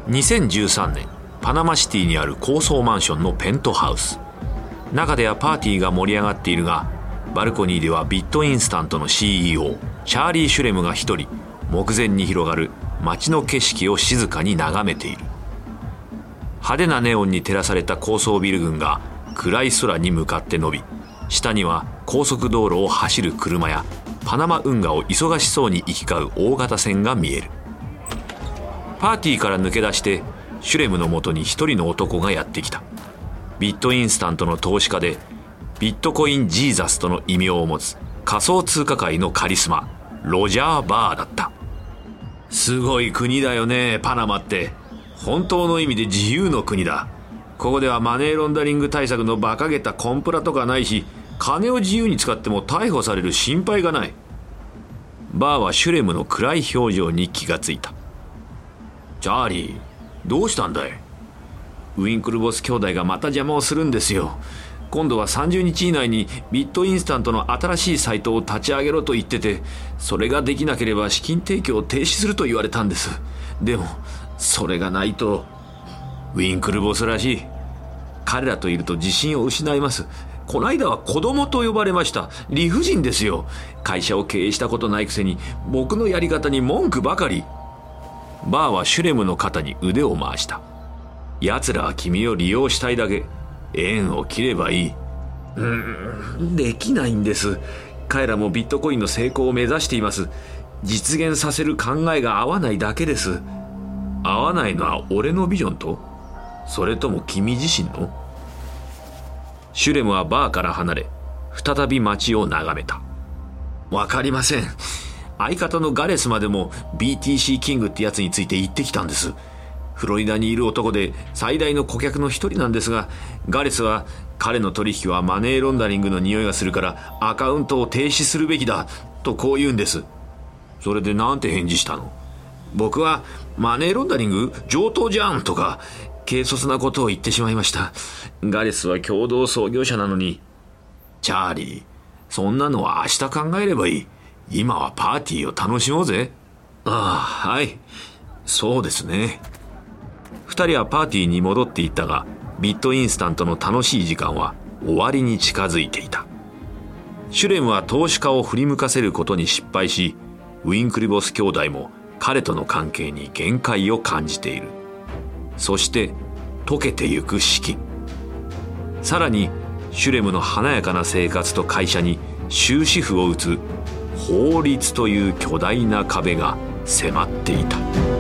2013年パナマシティにある高層マンションのペントハウス。中ではパーティーが盛り上がっているが、バルコニーではビットインスタントの CEO チャーリー・シュレムが一人目前に広がる街の景色を静かに眺めている。派手なネオンに照らされた高層ビル群が暗い空に向かって伸び、下には高速道路を走る車やパナマ運河を忙しそうに行き交う大型船が見える。パーティーから抜け出してシュレムのもとに一人の男がやってきた。ビットインスタントの投資家でビットコインジーザスとの異名を持つ仮想通貨界のカリスマロジャー・バーだった。すごい国だよね、パナマって。本当の意味で自由の国だ。ここではマネーロンダリング対策の馬鹿げたコンプラとかないし、金を自由に使っても逮捕される心配がない。バーはシュレムの暗い表情に気がついた。チャーリー、どうしたんだい？ウィンクルボス兄弟がまた邪魔をするんですよ。今度は30日以内にビットインスタントの新しいサイトを立ち上げろと言ってて、それができなければ資金提供を停止すると言われたんです。でもそれがないと。ウィンクルボスらしい。彼らといると自信を失います。こないだは子供と呼ばれました。理不尽ですよ。会社を経営したことないくせに僕のやり方に文句ばかり。バーはシュレムの肩に腕を回した。奴らは君を利用したいだけ。縁を切ればいい。できないんです。彼らもビットコインの成功を目指しています。実現させる考えが合わないだけです。合わないのは俺のビジョンと、それとも君自身の？シュレムはバーから離れ、再び街を眺めた。わかりません。相方のガレスまでも BTC キングってやつについて言ってきたんです。フロリダにいる男で最大の顧客の一人なんですが、ガレスは彼の取引はマネーロンダリングの匂いがするからアカウントを停止するべきだとこう言うんです。それでなんて返事したの？僕はマネーロンダリング上等じゃんとか軽率なことを言ってしまいました。ガレスは共同創業者なのに。チャーリー、そんなのは明日考えればいい。今はパーティーを楽しもうぜ。ああ、はい、そうですね。二人はパーティーに戻っていったが、ビットインスタントの楽しい時間は終わりに近づいていた。シュレムは投資家を振り向かせることに失敗し、ウィンクリボス兄弟も彼との関係に限界を感じている。そして溶けてゆく資金。さらにシュレムの華やかな生活と会社に終止符を打つ法律という巨大な壁が迫っていた。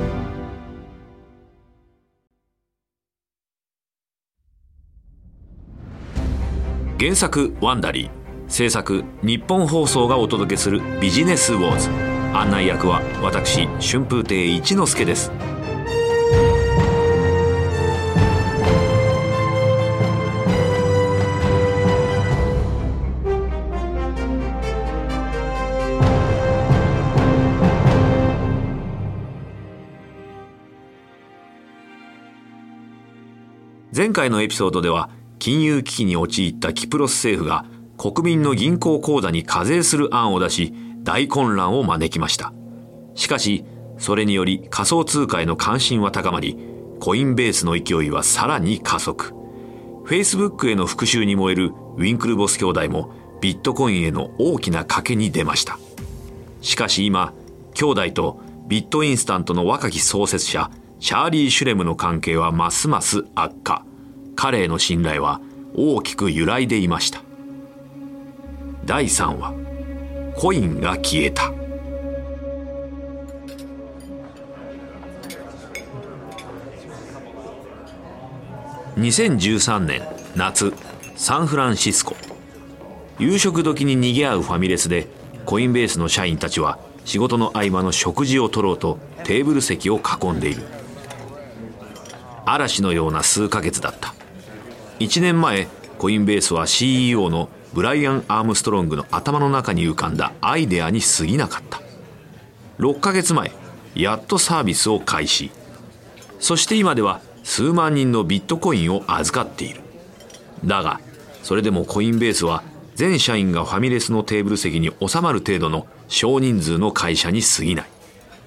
原作ワンダリー、制作日本放送がお届けするビジネスウォーズ。案内役は私春風亭一之輔です。前回のエピソードでは金融危機に陥ったキプロス政府が国民の銀行口座に課税する案を出し、大混乱を招きました。しかしそれにより仮想通貨への関心は高まり、コインベースの勢いはさらに加速。 Facebook への復讐に燃えるウィンクルボス兄弟もビットコインへの大きな賭けに出ました。しかし今、兄弟とビットインスタントの若き創設者チャーリー・シュレムの関係はますます悪化。彼への信頼は大きく揺らいでいました。第3話、コインが消えた。2013年夏、サンフランシスコ。夕食時に賑わうファミレスで、コインベースの社員たちは仕事の合間の食事を取ろうとテーブル席を囲んでいる。嵐のような数ヶ月だった。1年前、コインベースは CEO のブライアン・アームストロングの頭の中に浮かんだアイデアに過ぎなかった。6ヶ月前、やっとサービスを開始。そして今では数万人のビットコインを預かっている。だが、それでもコインベースは全社員がファミレスのテーブル席に収まる程度の少人数の会社に過ぎない。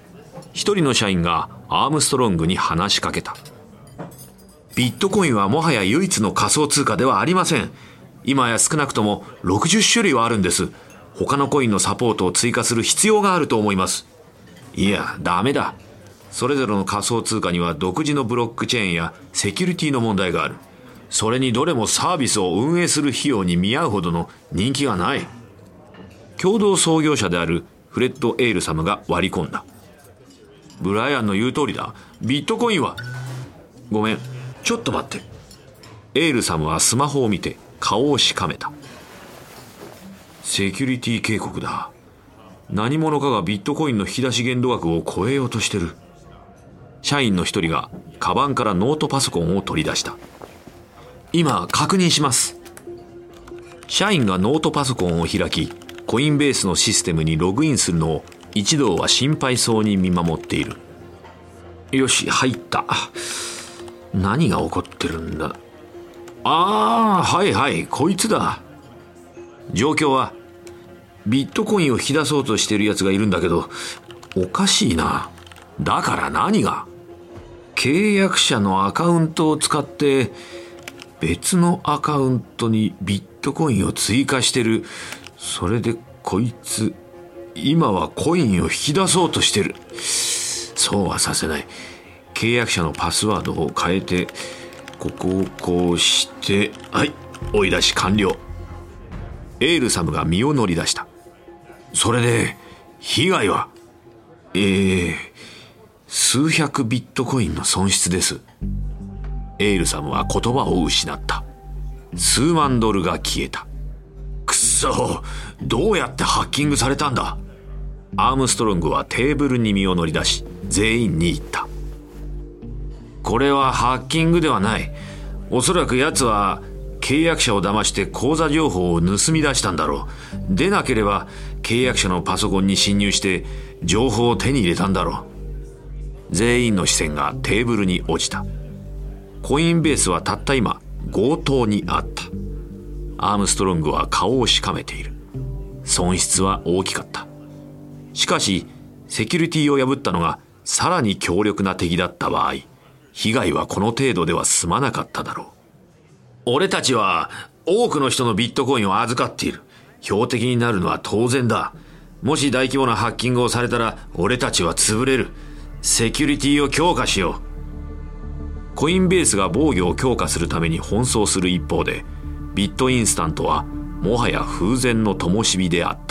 一人の社員がアームストロングに話しかけた。ビットコインはもはや唯一の仮想通貨ではありません。今や少なくとも60種類はあるんです。他のコインのサポートを追加する必要があると思います。いや、ダメだ。それぞれの仮想通貨には独自のブロックチェーンやセキュリティの問題がある。それにどれもサービスを運営する費用に見合うほどの人気がない。共同創業者であるフレッド・エイルサムが割り込んだ。ブライアンの言う通りだ。ビットコインは。ごめん、ちょっと待って。エイルサムはスマホを見て顔をしかめた。セキュリティ警告だ。何者かがビットコインの引き出し限度額を超えようとしてる。社員の一人がカバンからノートパソコンを取り出した。今確認します。社員がノートパソコンを開き、コインベースのシステムにログインするのを一同は心配そうに見守っている。よし、入った。何が起こってるんだ。はいはい、こいつだ。状況は、ビットコインを引き出そうとしているやつがいるんだけど、おかしいな。だから何が？契約者のアカウントを使って別のアカウントにビットコインを追加してる。それでこいつ今はコインを引き出そうとしてる。そうはさせない。契約者のパスワードを変えて、ここをこうして、はい、追い出し完了。エイルサムが身を乗り出した。それで被害は数百ビットコインの損失です。エイルサムは言葉を失った。数万ドルが消えた。くっそ、どうやってハッキングされたんだ。アームストロングはテーブルに身を乗り出し、全員に言った。これはハッキングではない。おそらく奴は契約者を騙して口座情報を盗み出したんだろう。でなければ契約者のパソコンに侵入して情報を手に入れたんだろう。全員の視線がテーブルに落ちた。コインベースはたった今強盗にあった。アームストロングは顔をしかめている。損失は大きかった。しかしセキュリティを破ったのがさらに強力な敵だった場合、被害はこの程度では済まなかっただろう。俺たちは多くの人のビットコインを預かっている。標的になるのは当然だ。もし大規模なハッキングをされたら俺たちは潰れる。セキュリティを強化しよう。コインベースが防御を強化するために奔走する一方で、ビットインスタントはもはや風前の灯火であった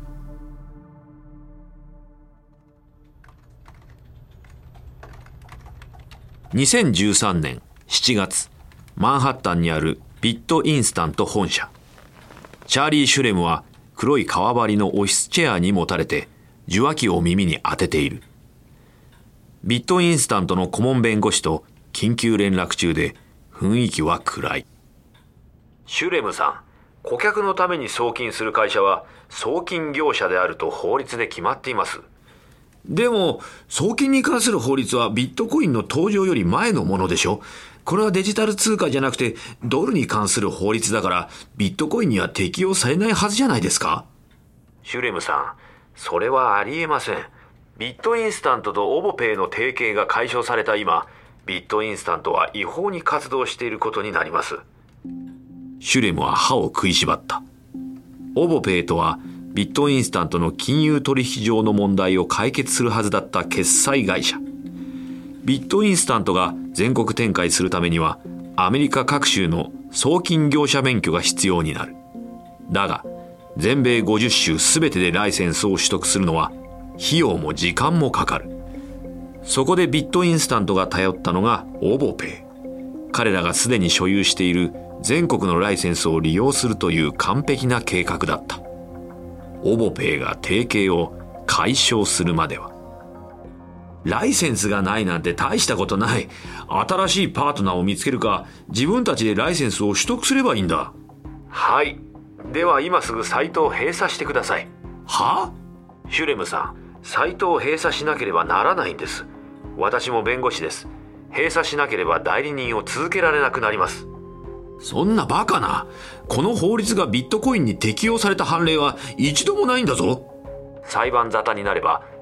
。2013年7月、マンハッタンにあるビットインスタント本社。チャーリー・シュレムは黒い革張りのオフィスチェアにもたれて受話器を耳に当てている。ビットインスタントの顧問弁護士と緊急連絡中で雰囲気は暗い。シュレムさん、顧客のために送金する会社は送金業者であると法律で決まっています。でも送金に関する法律はビットコインの登場より前のものでしょ。これはデジタル通貨じゃなくてドルに関する法律だからビットコインには適用されないはずじゃないですか。シュレムさん、それはありえません。ビットインスタントとオボペイの提携が解消された今、ビットインスタントは違法に活動していることになります。シュレムは歯を食いしばった。オボペイとはビットインスタントの金融取引上の問題を解決するはずだった決済会社。ビットインスタントが全国展開するためにはアメリカ各州の送金業者免許が必要になる。だが全米50州すべてでライセンスを取得するのは費用も時間もかかる。そこでビットインスタントが頼ったのがオボペイ。彼らがすでに所有している全国のライセンスを利用するという完璧な計画だった。オボペイが提携を解消するまでは。ライセンスがないなんて大したことない。新しいパートナーを見つけるか、自分たちでライセンスを取得すればいいんだ。はい。では今すぐサイトを閉鎖してください。は？シュレムさん、サイトを閉鎖しなければならないんです。私も弁護士です。閉鎖しなければ代理人を続けられなくなります。そんなバカな。この法律がビットコインに適用された判例は一度もないんだぞ。裁判沙汰になれば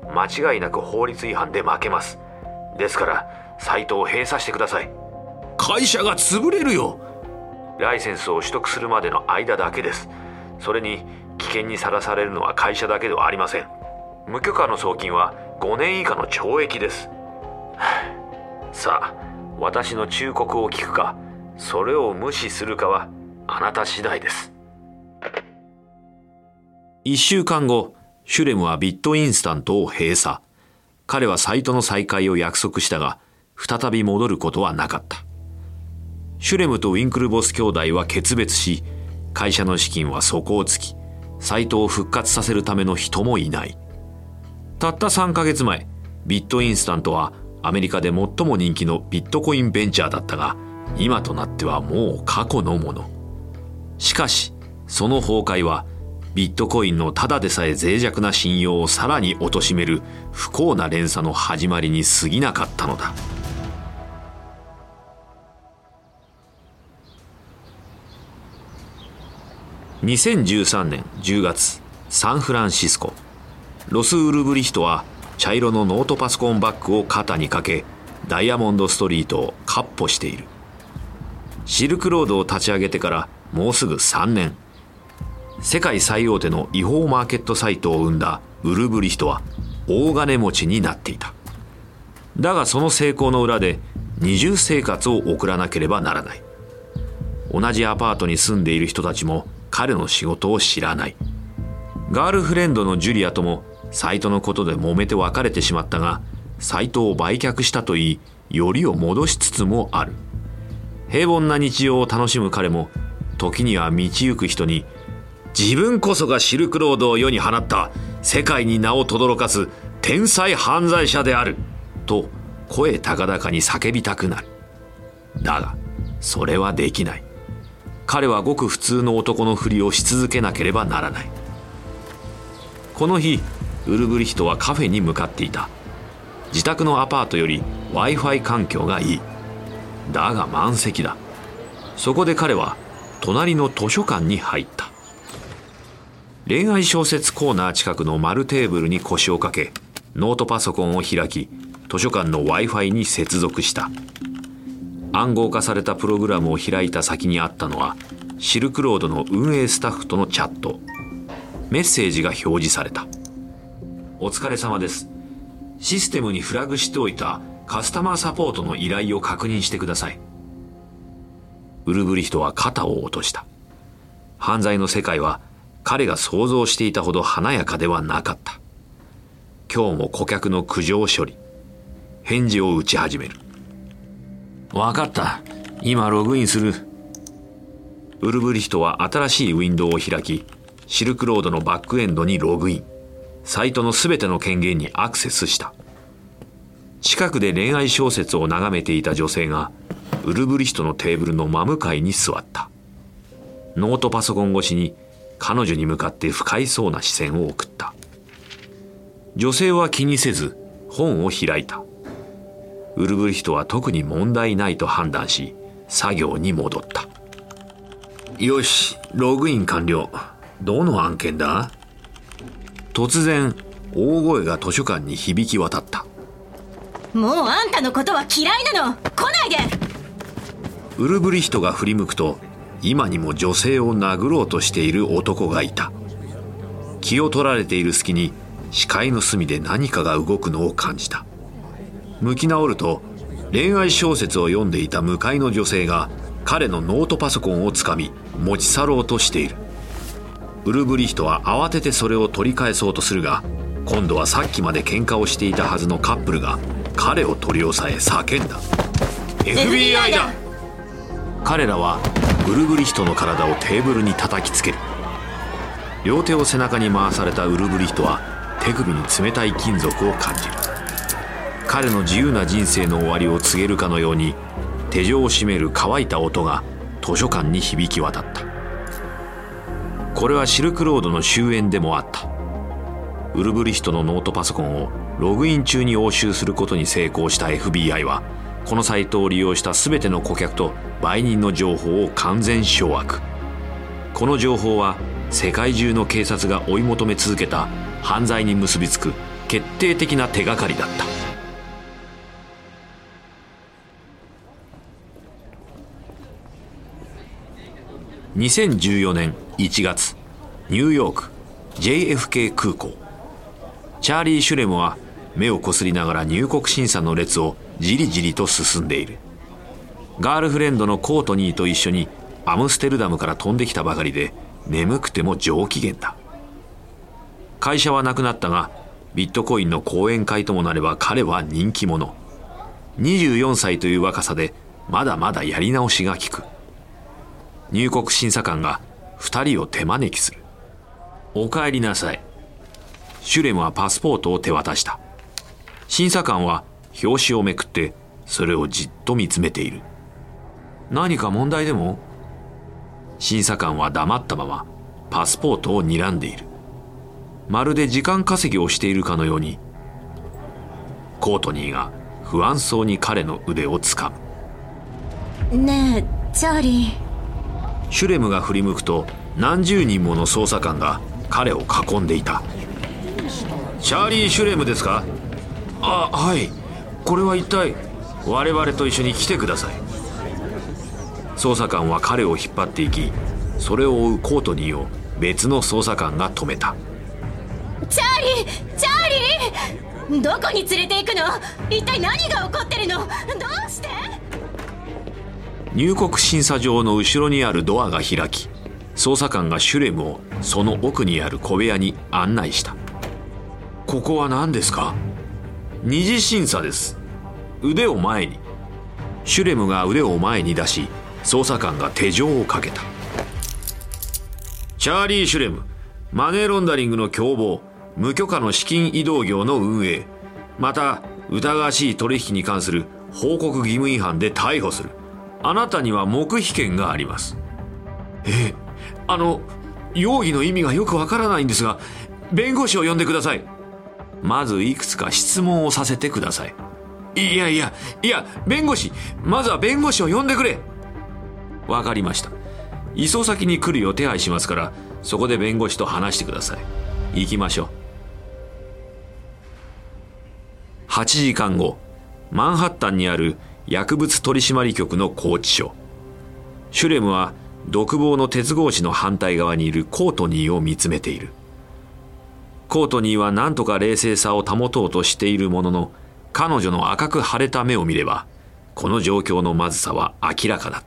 間違いなく法律違反で負けます。ですからサイトを閉鎖してください。会社が潰れるよ。ライセンスを取得するまでの間だけです。それに危険にさらされるのは会社だけではありません。無許可の送金は5年以下の懲役です。さあ、私の忠告を聞くか、それを無視するかはあなた次第です。1週間後、シュレムはビットインスタントを閉鎖。彼はサイトの再開を約束したが、再び戻ることはなかった。シュレムとウィンクルボス兄弟は決別し、会社の資金は底をつき、サイトを復活させるための人もいない。たった3ヶ月前、ビットインスタントはアメリカで最も人気のビットコインベンチャーだったが、今となってはもう過去のもの。しかし、その崩壊はビットコインのただでさえ脆弱な信用をさらに貶める不幸な連鎖の始まりに過ぎなかったのだ。2013年10月、サンフランシスコ。ロス・ウルブリヒトは茶色のノートパソコンバッグを肩にかけ、ダイヤモンドストリートを闊歩している。シルクロードを立ち上げてからもうすぐ3年。世界最大手の違法マーケットサイトを生んだウルブリヒトは大金持ちになっていた。だがその成功の裏で二重生活を送らなければならない。同じアパートに住んでいる人たちも彼の仕事を知らない。ガールフレンドのジュリアともサイトのことで揉めて別れてしまったが、サイトを売却したといい、よりを戻しつつもある。平凡な日常を楽しむ彼も、時には道行く人に、自分こそがシルクロードを世に放った世界に名を轟かす天才犯罪者であると声高々に叫びたくなる。だがそれはできない。彼はごく普通の男のふりをし続けなければならない。この日、ウルブリヒトはカフェに向かっていた。自宅のアパートより Wi-Fi 環境がいい。だが満席だ。そこで彼は隣の図書館に入った。恋愛小説コーナー近くの丸テーブルに腰をかけ、ノートパソコンを開き、図書館の Wi-Fi に接続した。暗号化されたプログラムを開いた先にあったのは、シルクロードの運営スタッフとのチャット。メッセージが表示された。お疲れ様です。システムにフラグしておいたカスタマーサポートの依頼を確認してください。ウルブリヒトは肩を落とした。犯罪の世界は彼が想像していたほど華やかではなかった。今日も顧客の苦情処理。返事を打ち始める。わかった。今ログインする。ウルブリヒトは新しいウィンドウを開き、シルクロードのバックエンドにログイン。サイトのすべての権限にアクセスした。近くで恋愛小説を眺めていた女性が、ウルブリヒトのテーブルの真向かいに座った。ノートパソコン越しに彼女に向かって不快そうな視線を送った。女性は気にせず本を開いた。ウルブリヒトは特に問題ないと判断し、作業に戻った。よし、ログイン完了。どの案件だ？突然、大声が図書館に響き渡った。 もうあんたのことは嫌いなの。来ないで。 ウルブリヒトが振り向くと、今にも女性を殴ろうとしている男がいた。気を取られている隙に視界の隅で何かが動くのを感じた。向き直ると、恋愛小説を読んでいた向かいの女性が彼のノートパソコンをつかみ持ち去ろうとしている。ウルブリヒトは慌ててそれを取り返そうとするが、今度はさっきまで喧嘩をしていたはずのカップルが彼を取り押さえ叫んだ。 FBI だ。彼らはウルブリヒトの体をテーブルに叩きつける。両手を背中に回されたウルブリヒトは手首に冷たい金属を感じる。彼の自由な人生の終わりを告げるかのように、手錠を締める乾いた音が図書館に響き渡った。これはシルクロードの終焉でもあった。ウルブリヒトのノートパソコンをログイン中に押収することに成功した FBI は、このサイトを利用した全ての顧客と売人の情報を完全掌握。この情報は世界中の警察が追い求め続けた犯罪に結びつく決定的な手がかりだった。2014年1月、ニューヨーク JFK 空港。チャーリー・シュレムは目をこすりながら入国審査の列をじりじりと進んでいる。ガールフレンドのコートニーと一緒にアムステルダムから飛んできたばかりで、眠くても上機嫌だ。会社はなくなったが、ビットコインの講演会ともなれば彼は人気者。24歳という若さでまだまだやり直しが効く。入国審査官が2人を手招きする。お帰りなさい。シュレムはパスポートを手渡した。審査官は表紙をめくってそれをじっと見つめている。何か問題でも？審査官は黙ったままパスポートを睨んでいる。まるで時間稼ぎをしているかのように。コートニーが不安そうに彼の腕をつかむ。 ねえ、チャーリー。 シュレムが振り向くと何十人もの捜査官が彼を囲んでいた。チャーリー・シュレムですか？あ、はい。これは一体。我々と一緒に来てください。捜査官は彼を引っ張っていき、それを追うコートニーを別の捜査官が止めた。 チャーリー！チャーリー！どこに連れて行くの？一体何が起こってるの？どうして？ 入国審査場の後ろにあるドアが開き、捜査官がシュレムをその奥にある小部屋に案内した。ここは何ですか？二次審査です。腕を前に。シュレムが腕を前に出し、捜査官が手錠をかけた。チャーリー・シュレム、マネーロンダリングの共謀、無許可の資金移動業の運営、また疑わしい取引に関する報告義務違反で逮捕する。あなたには黙秘権があります。容疑の意味がよくわからないんですが、弁護士を呼んでください。まずいくつか質問をさせてください。いや、弁護士、まずは弁護士を呼んでくれ。わかりました。移送先に来るよう手配しますから、そこで弁護士と話してください。行きましょう。8時間後、マンハッタンにある薬物取締局の拘置所。シュレムは独房の鉄格子の反対側にいるコートニーを見つめている。コートニーは何とか冷静さを保とうとしているものの、彼女の赤く腫れた目を見れば、この状況のまずさは明らかだった。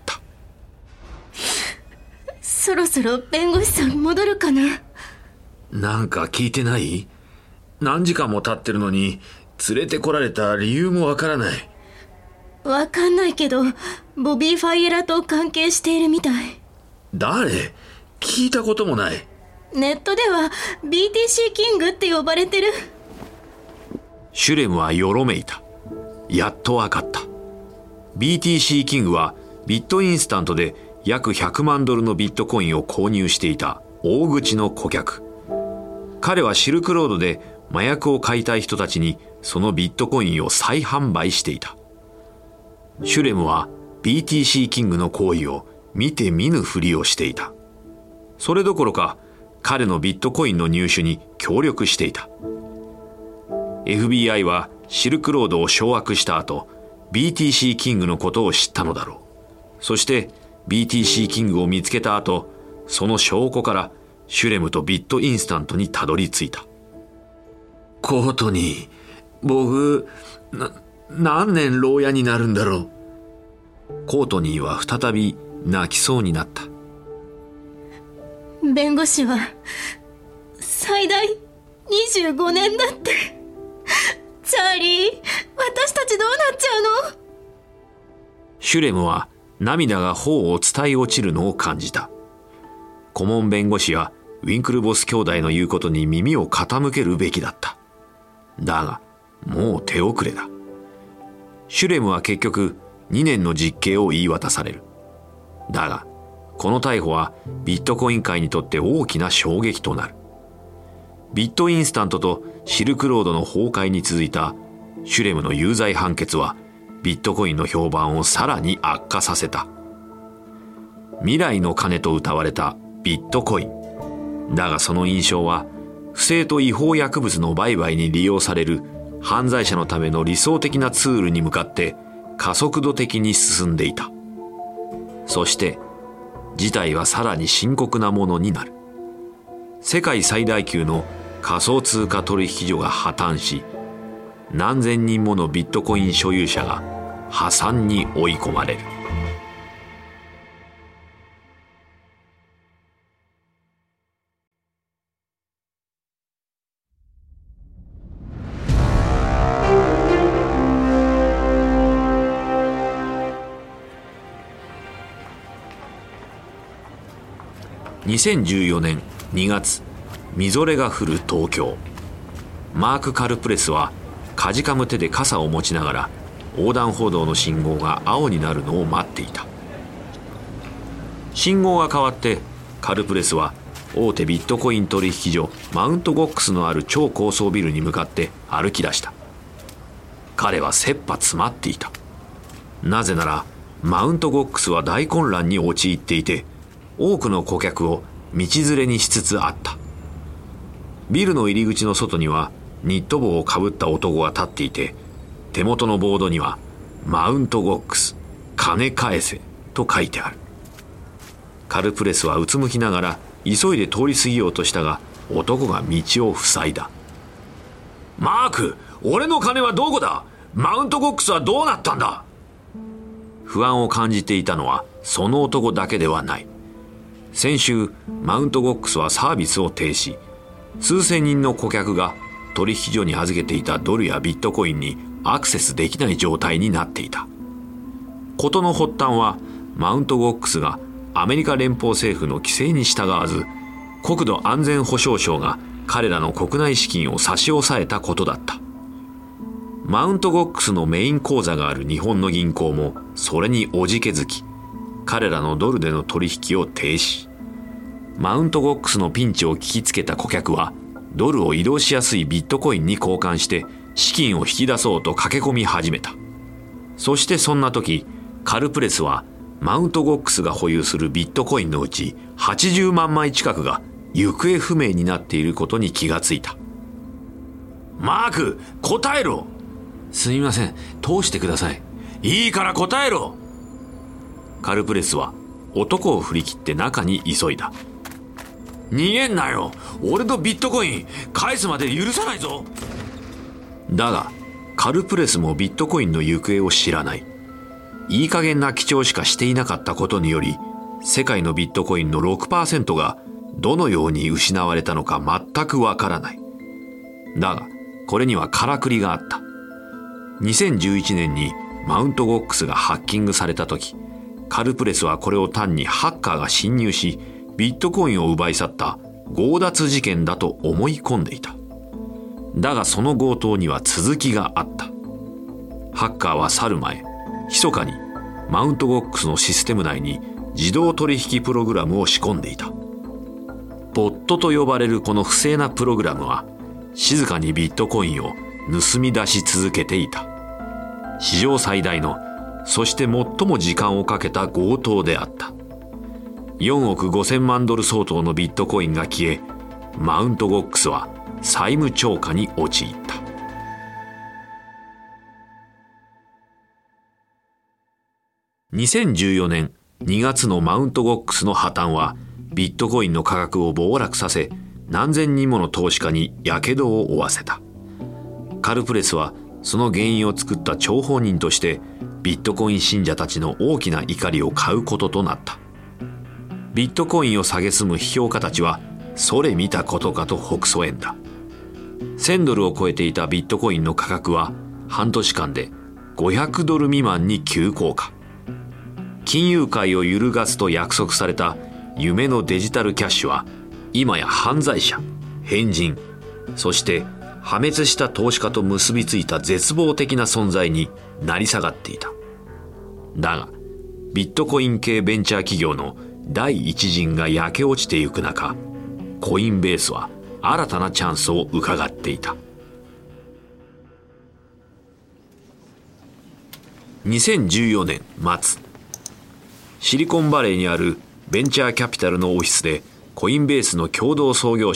そろそろ弁護士さん戻るかな？ なんか聞いてない？何時間も経ってるのに連れてこられた理由もわからない。 わかんないけど、ボビー・ファイエラと関係しているみたい。 誰？聞いたこともない。 ネットでは BTC キングって呼ばれてる。 シュレムはよろめいた。やっとわかった。BTC キングはビットインスタントで約100万ドルのビットコインを購入していた大口の顧客。彼はシルクロードで麻薬を買いたい人たちにそのビットコインを再販売していた。シュレムは BTC キングの行為を見て見ぬふりをしていた。それどころか彼のビットコインの入手に協力していた。FBI はシルクロードを掌握した後、BTC キングのことを知ったのだろう。そして BTC キングを見つけた後、その証拠からシュレムとビットインスタントにたどり着いた。コートニー、僕、何年牢屋になるんだろう。コートニーは再び泣きそうになった。 弁護士は最大25年だって。チャーリー、私たちどうなっちゃうの？ シュレムは涙が頬を伝い落ちるのを感じた。顧問弁護士やウィンクルボス兄弟の言うことに耳を傾けるべきだった。だが、もう手遅れだ。シュレムは結局2年の実刑を言い渡される。だが、この逮捕はビットコイン界にとって大きな衝撃となる。ビットインスタントとシルクロードの崩壊に続いたシュレムの有罪判決はビットコインの評判をさらに悪化させた。未来の金と謳われたビットコイン。だがその印象は不正と違法薬物の売買に利用される犯罪者のための理想的なツールに向かって加速度的に進んでいた。そして事態はさらに深刻なものになる。世界最大級の仮想通貨取引所が破綻し、何千人ものビットコイン所有者が破産に追い込まれる。2014年2月、みぞれが降る東京。マーク・カルプレスはかじかむ手で傘を持ちながら横断歩道の信号が青になるのを待っていた。信号が変わってカルプレスは大手ビットコイン取引所マウントゴックスのある超高層ビルに向かって歩き出した。彼は切羽詰まっていた。なぜならマウントゴックスは大混乱に陥っていて、多くの顧客を道連れにしつつあった。ビルの入り口の外にはニット帽をかぶった男が立っていて、手元のボードにはマウントゴックス金返せと書いてある。カルプレスはうつむきながら急いで通り過ぎようとしたが、男が道を塞いだ。マーク、俺の金はどこだ？マウントゴックスはどうなったんだ？不安を感じていたのはその男だけではない。先週マウントゴックスはサービスを停止。数千人の顧客が取引所に預けていたドルやビットコインにアクセスできない状態になっていた。事の発端はマウントゴックスがアメリカ連邦政府の規制に従わず、国土安全保障省が彼らの国内資金を差し押さえたことだった。マウントゴックスのメイン口座がある日本の銀行もそれにおじけづき、彼らのドルでの取引を停止。マウントゴックスのピンチを聞きつけた顧客はドルを移動しやすいビットコインに交換して資金を引き出そうと駆け込み始めた。そしてそんな時、カルプレスはマウントゴックスが保有するビットコインのうち80万枚近くが行方不明になっていることに気がついた。マーク、答えろ。すみません、通してください。いいから答えろ。カルプレスは男を振り切って中に急いだ。逃げんなよ。俺のビットコイン返すまで許さないぞ。だがカルプレスもビットコインの行方を知らない。いい加減な記帳しかしていなかったことにより、世界のビットコインの 6% がどのように失われたのか全くわからない。だがこれにはからくりがあった。2011年にマウントゴックスがハッキングされた時、カルプレスはこれを単にハッカーが侵入しビットコインを奪い去った強奪事件だと思い込んでいた。だがその強盗には続きがあった。ハッカーは去る前、密かにマウントゴックスのシステム内に自動取引プログラムを仕込んでいた。ボットと呼ばれるこの不正なプログラムは静かにビットコインを盗み出し続けていた。史上最大の、そして最も時間をかけた強盗であった。4億5000万ドル相当のビットコインが消え、マウントゴックスは債務超過に陥った。2014年2月のマウントゴックスの破綻はビットコインの価格を暴落させ、何千人もの投資家に火傷を負わせた。カルプレスはその原因を作った張本人としてビットコイン信者たちの大きな怒りを買うこととなった。ビットコインを蔑む批評家たちはそれ見たことかと北総円だ。1000ドルを超えていたビットコインの価格は半年間で500ドル未満に急降下。金融界を揺るがすと約束された夢のデジタルキャッシュは今や犯罪者、変人、そして破滅した投資家と結びついた絶望的な存在に成り下がっていた。だがビットコイン系ベンチャー企業の第一陣が焼け落ちてゆく中、コインベースは新たなチャンスを伺っていた。2014年末、シリコンバレーにあるベンチャーキャピタルのオフィスでコインベースの共同創業者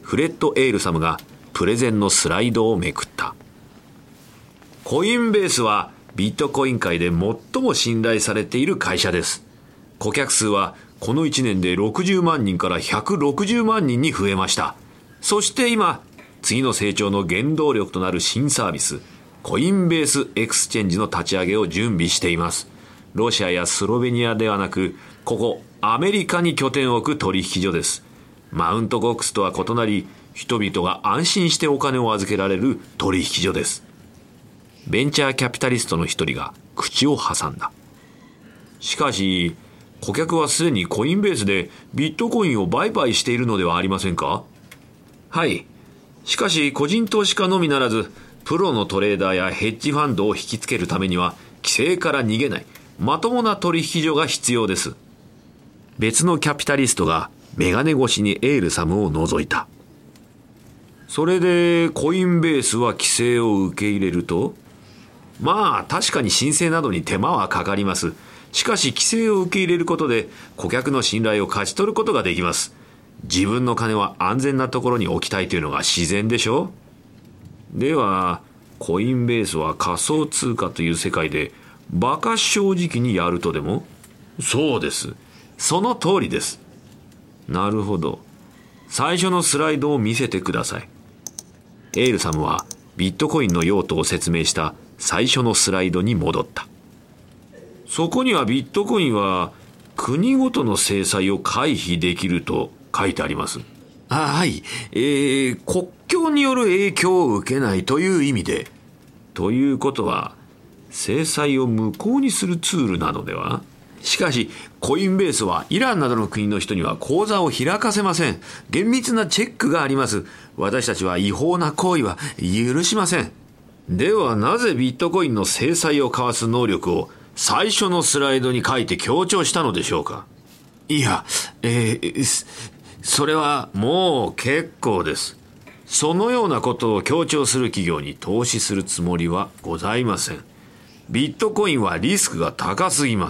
フレッド・エールサムがプレゼンのスライドをめくった。コインベースはビットコイン界で最も信頼されている会社です。顧客数はこの1年で60万人から160万人に増えました。そして今、次の成長の原動力となる新サービス、コインベースエクスチェンジの立ち上げを準備しています。ロシアやスロベニアではなく、ここアメリカに拠点を置く取引所です。マウントゴックスとは異なり、人々が安心してお金を預けられる取引所です。ベンチャーキャピタリストの一人が口を挟んだ。しかし、顧客はすでにコインベースでビットコインを売買しているのではありませんか？はい。しかし個人投資家のみならず、プロのトレーダーやヘッジファンドを引きつけるためには、規制から逃げないまともな取引所が必要です。別のキャピタリストがメガネ越しにエールサムを覗いた。それでコインベースは規制を受け入れると？まあ確かに申請などに手間はかかります。しかし規制を受け入れることで顧客の信頼を勝ち取ることができます。自分の金は安全なところに置きたいというのが自然でしょ？ではコインベースは仮想通貨という世界で馬鹿正直にやるとでも？そうです。その通りです。なるほど。最初のスライドを見せてください。エールサムはビットコインの用途を説明した最初のスライドに戻った。そこにはビットコインは国ごとの制裁を回避できると書いてあります。はい。国境による影響を受けないという意味で。ということは、制裁を無効にするツールなのでは？しかし、コインベースはイランなどの国の人には口座を開かせません。厳密なチェックがあります。私たちは違法な行為は許しません。ではなぜビットコインの制裁をかわす能力を最初のスライドに書いて強調したのでしょうか？いや、それはもう結構です。そのようなことを強調する企業に投資するつもりはございません。ビットコインはリスクが高すぎます。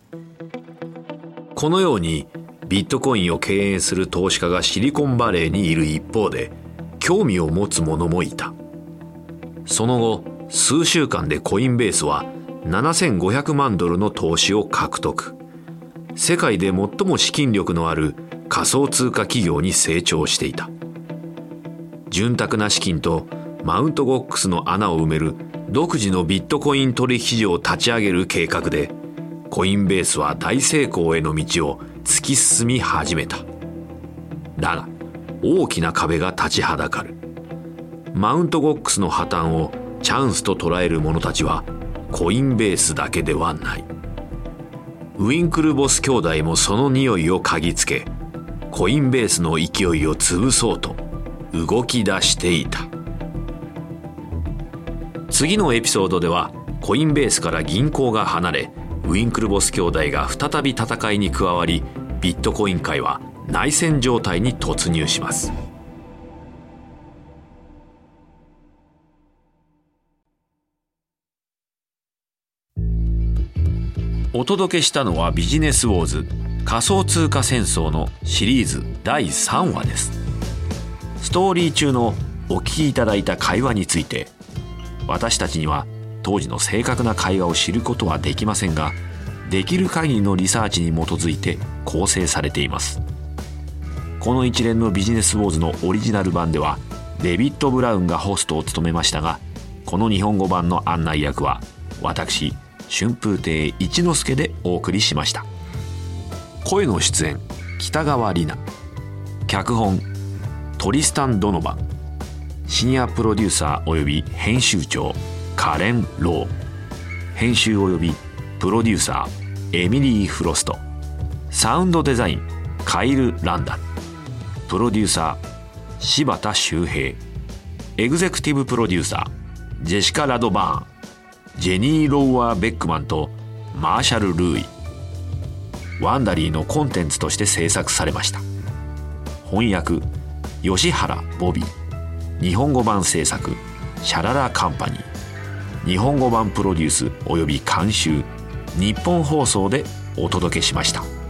このようにビットコインを敬遠する投資家がシリコンバレーにいる一方で、興味を持つ者もいた。その後、数週間でコインベースは$7500万の投資を獲得。世界で最も資金力のある仮想通貨企業に成長していた。潤沢な資金とマウントゴックスの穴を埋める独自のビットコイン取引所を立ち上げる計画で、コインベースは大成功への道を突き進み始めた。だが、大きな壁が立ちはだかる。マウントゴックスの破綻をチャンスと捉える者たちはコインベースだけではない。ウィンクルボス兄弟もその匂いを嗅ぎつけ、コインベースの勢いを潰そうと動き出していた。次のエピソードでは、コインベースから銀行が離れ、ウィンクルボス兄弟が再び戦いに加わり、ビットコイン界は内戦状態に突入します。お届けしたのはビジネスウォーズ仮想通貨戦争のシリーズ第3話です。ストーリー中のお聞きいただいた会話について、私たちには当時の正確な会話を知ることはできませんが、できる限りのリサーチに基づいて構成されています。この一連のビジネスウォーズのオリジナル版ではデビッド・ブラウンがホストを務めましたが、この日本語版の案内役は私春風亭一之輔でお送りしました。声の出演北川里奈、脚本トリスタン・ドノバン、シニアプロデューサーおよび編集長カレン・ロー、編集およびプロデューサーエミリー・フロスト、サウンドデザインカイル・ランダル、プロデューサー柴田修平、エグゼクティブプロデューサージェシカ・ラドバーン、ジェニー・ローワー・ベックマンとマーシャル・ルーイ。ワンダリーのコンテンツとして制作されました。翻訳吉原ボビー、日本語版制作シャララカンパニー、日本語版プロデュースおよび監修日本放送でお届けしました。